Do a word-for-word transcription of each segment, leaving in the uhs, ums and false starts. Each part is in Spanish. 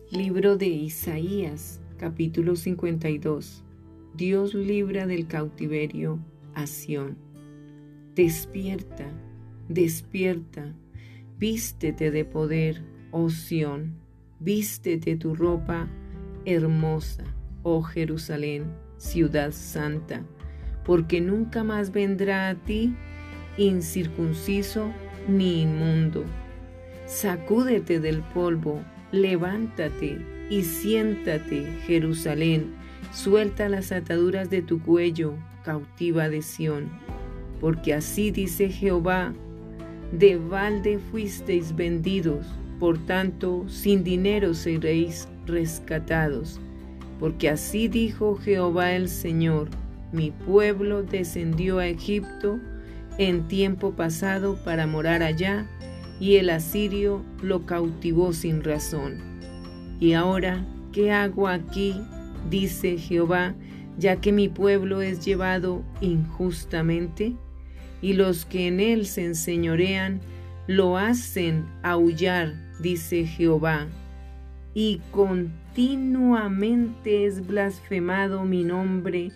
Libro de Isaías, capítulo cincuenta y dos. Dios libra del cautiverio a Sión. Despierta, despierta, vístete de poder, oh Sión, vístete tu ropa hermosa, oh Jerusalén, ciudad santa, porque nunca más vendrá a ti incircunciso ni inmundo. Sacúdete del polvo, levántate y siéntate, Jerusalén, suelta las ataduras de tu cuello, cautiva de Sión. Porque así dice Jehová, de balde fuisteis vendidos, por tanto sin dinero seréis rescatados. Porque así dijo Jehová el Señor, mi pueblo descendió a Egipto en tiempo pasado para morar allá, y el asirio lo cautivó sin razón. Y ahora, ¿qué hago aquí? Dice Jehová, ya que mi pueblo es llevado injustamente, y los que en él se enseñorean lo hacen aullar, dice Jehová, y continuamente es blasfemado mi nombre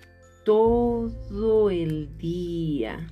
todo el día.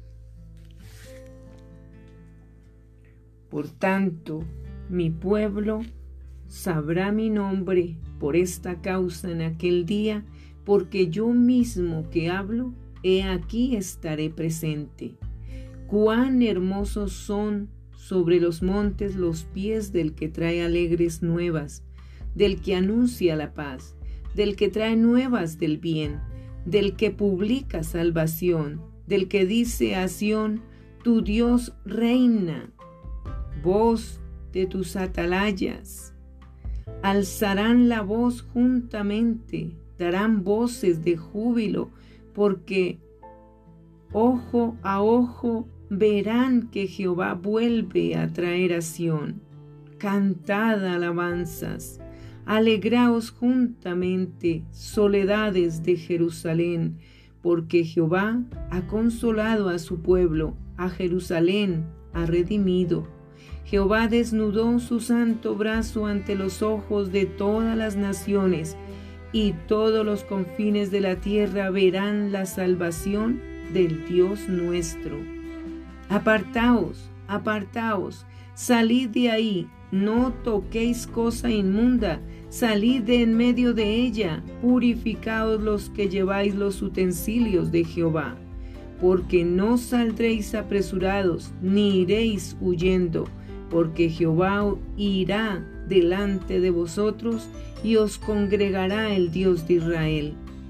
Por tanto, mi pueblo sabrá mi nombre por esta causa en aquel día, porque yo mismo que hablo, he aquí estaré presente. Cuán hermosos son sobre los montes los pies del que trae alegres nuevas, del que anuncia la paz, del que trae nuevas del bien, del que publica salvación, del que dice a Sión, tu Dios reina. Voz de tus atalayas, alzarán la voz juntamente, darán voces de júbilo, porque ojo a ojo verán que Jehová vuelve a traer a Sión. Cantad alabanzas, alegraos juntamente, soledades de Jerusalén, porque Jehová ha consolado a su pueblo, a Jerusalén ha redimido. Jehová desnudó su santo brazo ante los ojos de todas las naciones, y todos los confines de la tierra verán la salvación del Dios nuestro. Apartaos, apartaos, salid de ahí, no toquéis cosa inmunda, salid de en medio de ella, purificaos los que lleváis los utensilios de Jehová, porque no saldréis apresurados, ni iréis huyendo, porque Jehová irá delante de vosotros y os congregará el Dios de Israel.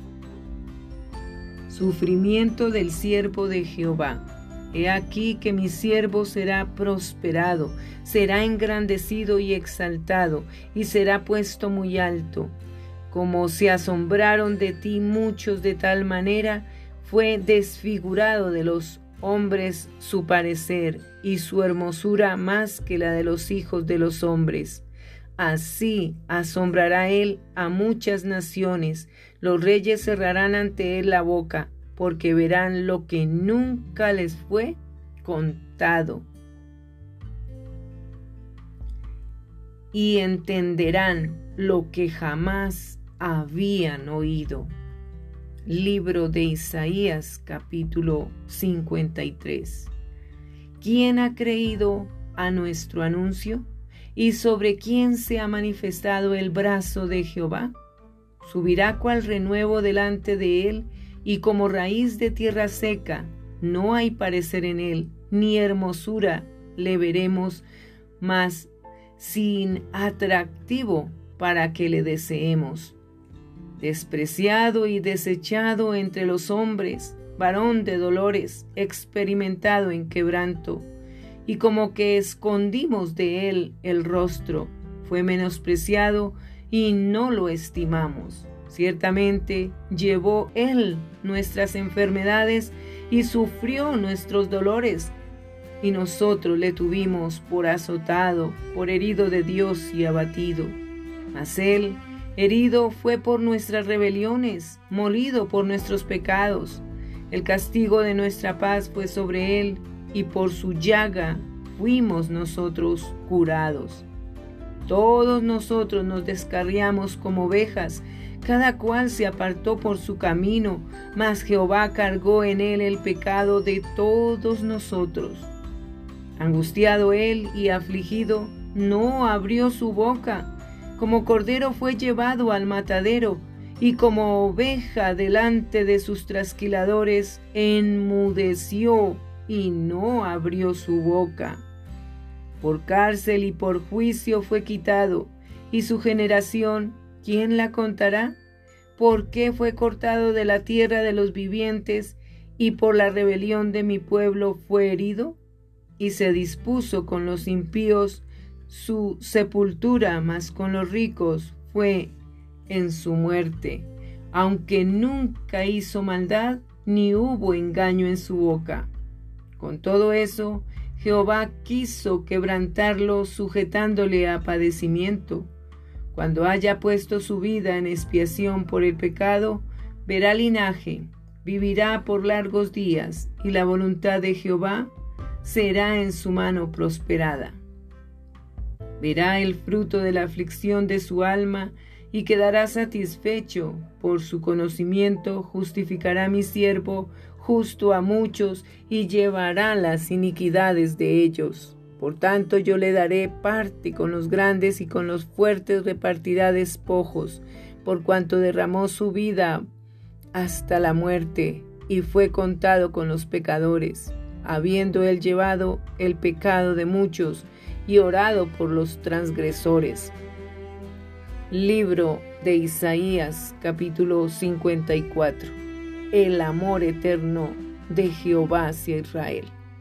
Sufrimiento del siervo de Jehová. He aquí que mi siervo será prosperado, será engrandecido y exaltado, y será puesto muy alto. Como se asombraron de ti muchos de tal manera, fue desfigurado de los hombres su parecer, y su hermosura más que la de los hijos de los hombres. Así asombrará él a muchas naciones, los reyes cerrarán ante él la boca, porque verán lo que nunca les fue contado, y entenderán lo que jamás habían oído. Libro de Isaías, capítulo cincuenta y tres. ¿Quién ha creído a nuestro anuncio? ¿Y sobre quién se ha manifestado el brazo de Jehová? Subirá cual renuevo delante de él, y como raíz de tierra seca, no hay parecer en él, ni hermosura le veremos, mas sin atractivo para que le deseemos. Despreciado y desechado entre los hombres, varón de dolores, experimentado en quebranto, y como que escondimos de él el rostro, fue menospreciado y no lo estimamos. Ciertamente llevó él nuestras enfermedades y sufrió nuestros dolores, y nosotros le tuvimos por azotado, por herido de Dios y abatido. Mas él herido fue por nuestras rebeliones, molido por nuestros pecados. El castigo de nuestra paz fue sobre él, y por su llaga fuimos nosotros curados. Todos nosotros nos descarriamos como ovejas, cada cual se apartó por su camino, mas Jehová cargó en él el pecado de todos nosotros. Angustiado él y afligido, no abrió su boca. Como cordero fue llevado al matadero, y como oveja delante de sus trasquiladores, enmudeció y no abrió su boca. Por cárcel y por juicio fue quitado, y su generación, ¿quién la contará? ¿Por qué fue cortado de la tierra de los vivientes, y por la rebelión de mi pueblo fue herido? Y se dispuso con los impíos su sepultura, mas con los ricos fue en su muerte, aunque nunca hizo maldad, ni hubo engaño en su boca. Con todo eso, Jehová quiso quebrantarlo, sujetándole a padecimiento. Cuando haya puesto su vida en expiación por el pecado, verá linaje, vivirá por largos días, y la voluntad de Jehová será en su mano prosperada. Verá el fruto de la aflicción de su alma, y quedará satisfecho. Por su conocimiento justificará mi siervo justo a muchos, y llevará las iniquidades de ellos. Por tanto yo le daré parte con los grandes, y con los fuertes repartirá despojos, por cuanto derramó su vida hasta la muerte, y fue contado con los pecadores, habiendo él llevado el pecado de muchos, y orado por los transgresores. Libro de Isaías, capítulo cincuenta y cuatro. El amor eterno de Jehová hacia Israel.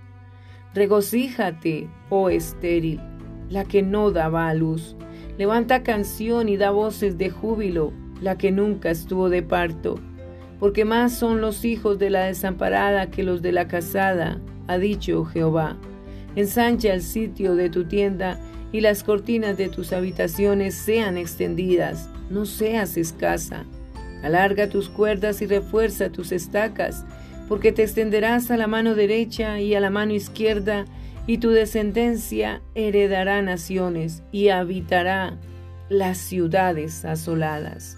Regocíjate, oh estéril, la que no daba a luz. Levanta canción y da voces de júbilo, la que nunca estuvo de parto. Porque más son los hijos de la desamparada que los de la casada, ha dicho Jehová. Ensancha el sitio de tu tienda, y las cortinas de tus habitaciones sean extendidas, no seas escasa. Alarga tus cuerdas y refuerza tus estacas, porque te extenderás a la mano derecha y a la mano izquierda, y tu descendencia heredará naciones y habitará las ciudades asoladas.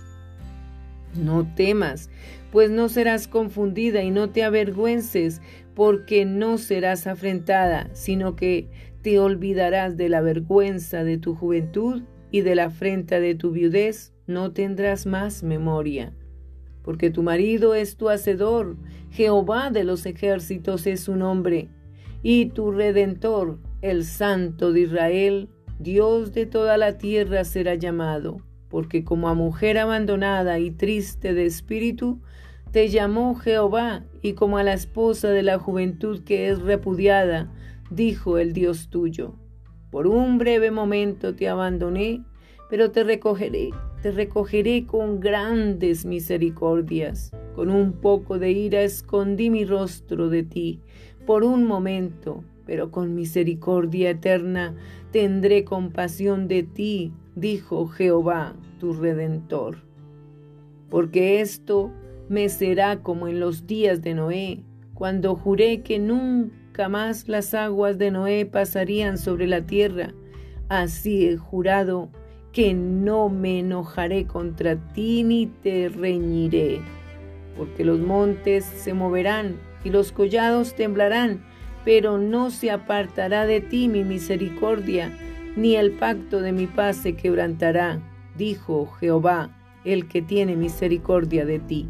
No temas, pues no serás confundida, y no te avergüences, porque no serás afrentada, sino que te olvidarás de la vergüenza de tu juventud, y de la afrenta de tu viudez no tendrás más memoria. Porque tu marido es tu hacedor, Jehová de los ejércitos es su nombre, y tu Redentor, el Santo de Israel, Dios de toda la tierra será llamado. Porque como a mujer abandonada y triste de espíritu, te llamó Jehová, y como a la esposa de la juventud que es repudiada, dijo el Dios tuyo. Por un breve momento te abandoné, pero te recogeré, te recogeré con grandes misericordias. Con un poco de ira escondí mi rostro de ti, por un momento, pero con misericordia eterna tendré compasión de ti, dijo Jehová, tu Redentor. Porque esto me será como en los días de Noé, cuando juré que nunca más las aguas de Noé pasarían sobre la tierra. Así he jurado que no me enojaré contra ti ni te reñiré. Porque los montes se moverán y los collados temblarán, pero no se apartará de ti mi misericordia, ni el pacto de mi paz se quebrantará, dijo Jehová, el que tiene misericordia de ti.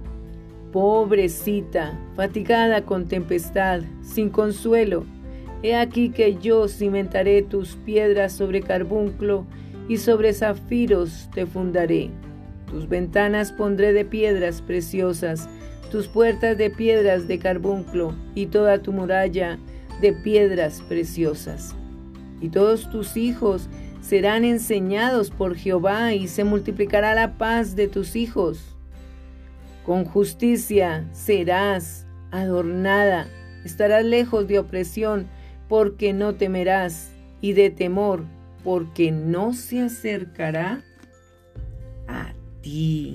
Pobrecita, fatigada con tempestad, sin consuelo, he aquí que yo cimentaré tus piedras sobre carbunclo, y sobre zafiros te fundaré. Tus ventanas pondré de piedras preciosas, tus puertas de piedras de carbunclo, y toda tu muralla de piedras preciosas. Y todos tus hijos serán enseñados por Jehová, y se multiplicará la paz de tus hijos. Con justicia serás adornada, estarás lejos de opresión, porque no temerás, y de temor, porque no se acercará a ti.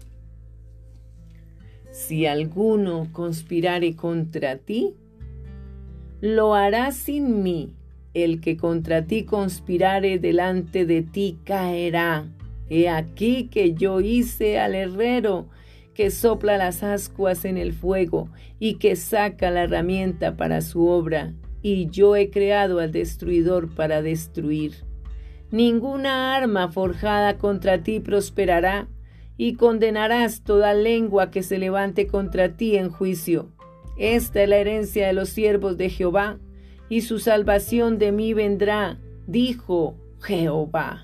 Si alguno conspirare contra ti, lo hará sin mí, el que contra ti conspirare delante de ti caerá. He aquí que yo hice al herrero, que sopla las ascuas en el fuego y que saca la herramienta para su obra, y yo he creado al destruidor para destruir. Ninguna arma forjada contra ti prosperará, y condenarás toda lengua que se levante contra ti en juicio. Esta es la herencia de los siervos de Jehová, y su salvación de mí vendrá, dijo Jehová.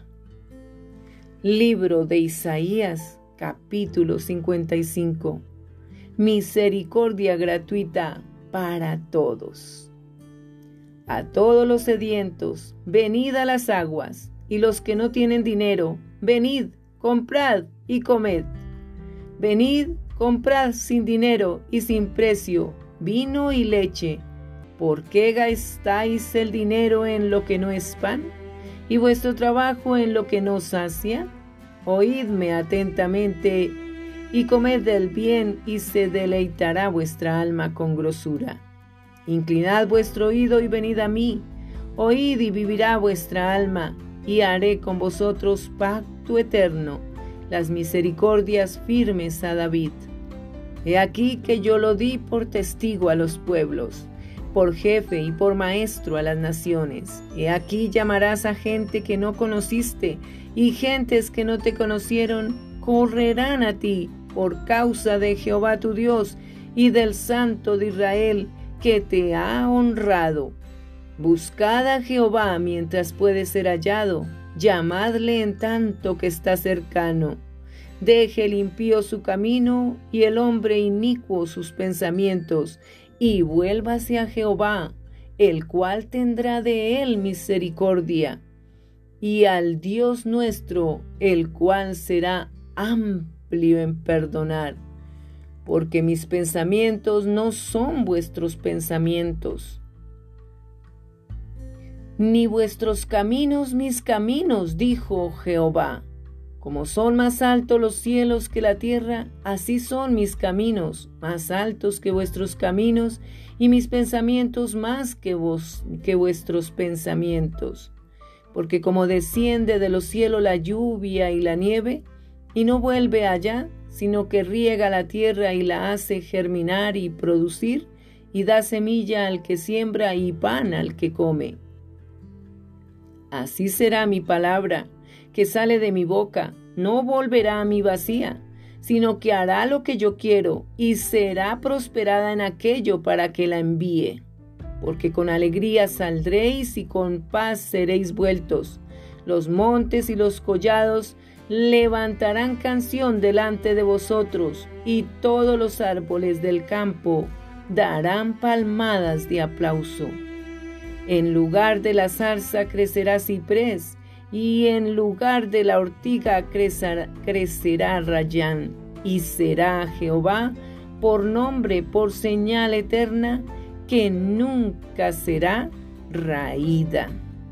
Libro de Isaías, capítulo cincuenta y cinco. Misericordia gratuita para todos. A todos los sedientos, venid a las aguas, y los que no tienen dinero, venid, comprad y comed. Venid, comprad sin dinero y sin precio vino y leche. ¿Por qué gastáis el dinero en lo que no es pan, y vuestro trabajo en lo que no sacia? Oídme atentamente y comed del bien, y se deleitará vuestra alma con grosura. Inclinad vuestro oído y venid a mí, oíd y vivirá vuestra alma, y haré con vosotros pacto eterno, las misericordias firmes a David. He aquí que yo lo di por testigo a los pueblos, por jefe y por maestro a las naciones. He aquí llamarás a gente que no conociste, y gentes que no te conocieron correrán a ti por causa de Jehová tu Dios y del Santo de Israel que te ha honrado. Buscad a Jehová mientras puede ser hallado, llamadle en tanto que está cercano. Deje el impío su camino y el hombre inicuo sus pensamientos, y vuélvase a Jehová, el cual tendrá de él misericordia, y al Dios nuestro, el cual será amplio en perdonar. Porque mis pensamientos no son vuestros pensamientos, ni vuestros caminos mis caminos, dijo Jehová. Como son más altos los cielos que la tierra, así son mis caminos, más altos que vuestros caminos, y mis pensamientos más que vos, que vuestros pensamientos. Porque como desciende de los cielos la lluvia y la nieve, y no vuelve allá, sino que riega la tierra y la hace germinar y producir, y da semilla al que siembra y pan al que come. Así será mi palabra que sale de mi boca, no volverá a mí vacía, sino que hará lo que yo quiero, y será prosperada en aquello para que la envíe. Porque con alegría saldréis y con paz seréis vueltos. Los montes y los collados levantarán canción delante de vosotros, y todos los árboles del campo darán palmadas de aplauso. En lugar de la zarza crecerá ciprés, y en lugar de la ortiga crecerá, crecerá rayán, y será Jehová por nombre, por señal eterna, que nunca será raída.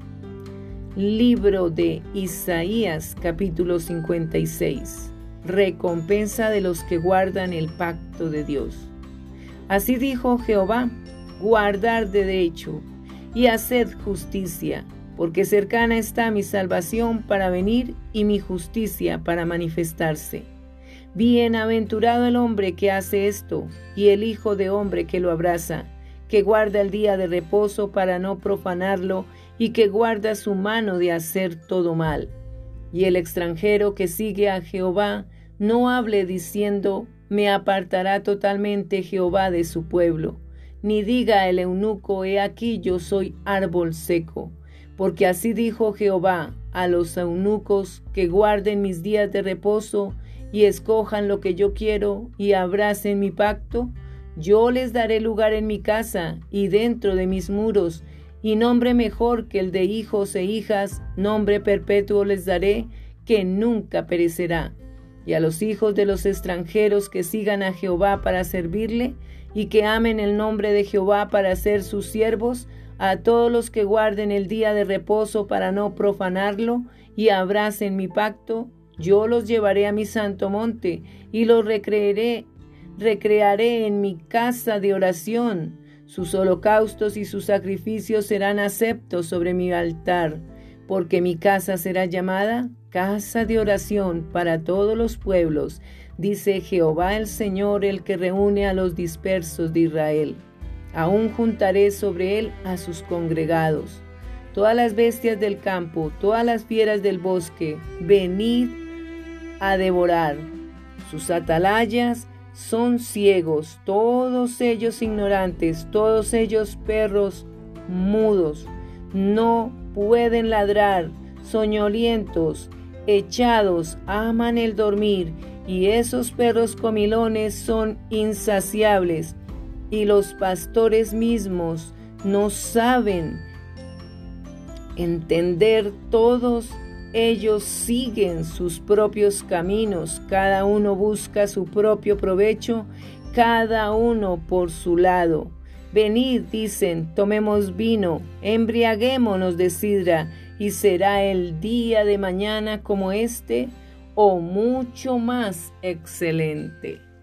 Libro de Isaías, capítulo cincuenta y seis. Recompensa de los que guardan el pacto de Dios. Así dijo Jehová: guardar derecho y haced justicia, porque cercana está mi salvación para venir y mi justicia para manifestarse. Bienaventurado el hombre que hace esto, y el hijo de hombre que lo abraza, que guarda el día de reposo para no profanarlo, y que guarda su mano de hacer todo mal. Y el extranjero que sigue a Jehová no hable diciendo: me apartará totalmente Jehová de su pueblo, ni diga el eunuco: he aquí yo soy árbol seco. Porque así dijo Jehová a los eunucos que guarden mis días de reposo y escojan lo que yo quiero y abracen mi pacto: yo les daré lugar en mi casa y dentro de mis muros, y nombre mejor que el de hijos e hijas, nombre perpetuo les daré, que nunca perecerá. Y a los hijos de los extranjeros que sigan a Jehová para servirle, y que amen el nombre de Jehová para ser sus siervos, a todos los que guarden el día de reposo para no profanarlo y abracen mi pacto, yo los llevaré a mi santo monte y los recrearé, recrearé en mi casa de oración. Sus holocaustos y sus sacrificios serán aceptos sobre mi altar, porque mi casa será llamada casa de oración para todos los pueblos, dice Jehová el Señor, el que reúne a los dispersos de Israel. Aún juntaré sobre él a sus congregados. Todas las bestias del campo, todas las fieras del bosque, venid a devorar. Sus atalayas son ciegos, todos ellos ignorantes, todos ellos perros mudos. No pueden ladrar, soñolientos, echados, aman el dormir, y esos perros comilones son insaciables, y los pastores mismos no saben entender. Todos ellos siguen sus propios caminos, cada uno busca su propio provecho, cada uno por su lado. Venid, dicen, tomemos vino, embriaguémonos de sidra, y será el día de mañana como este, o mucho más excelente.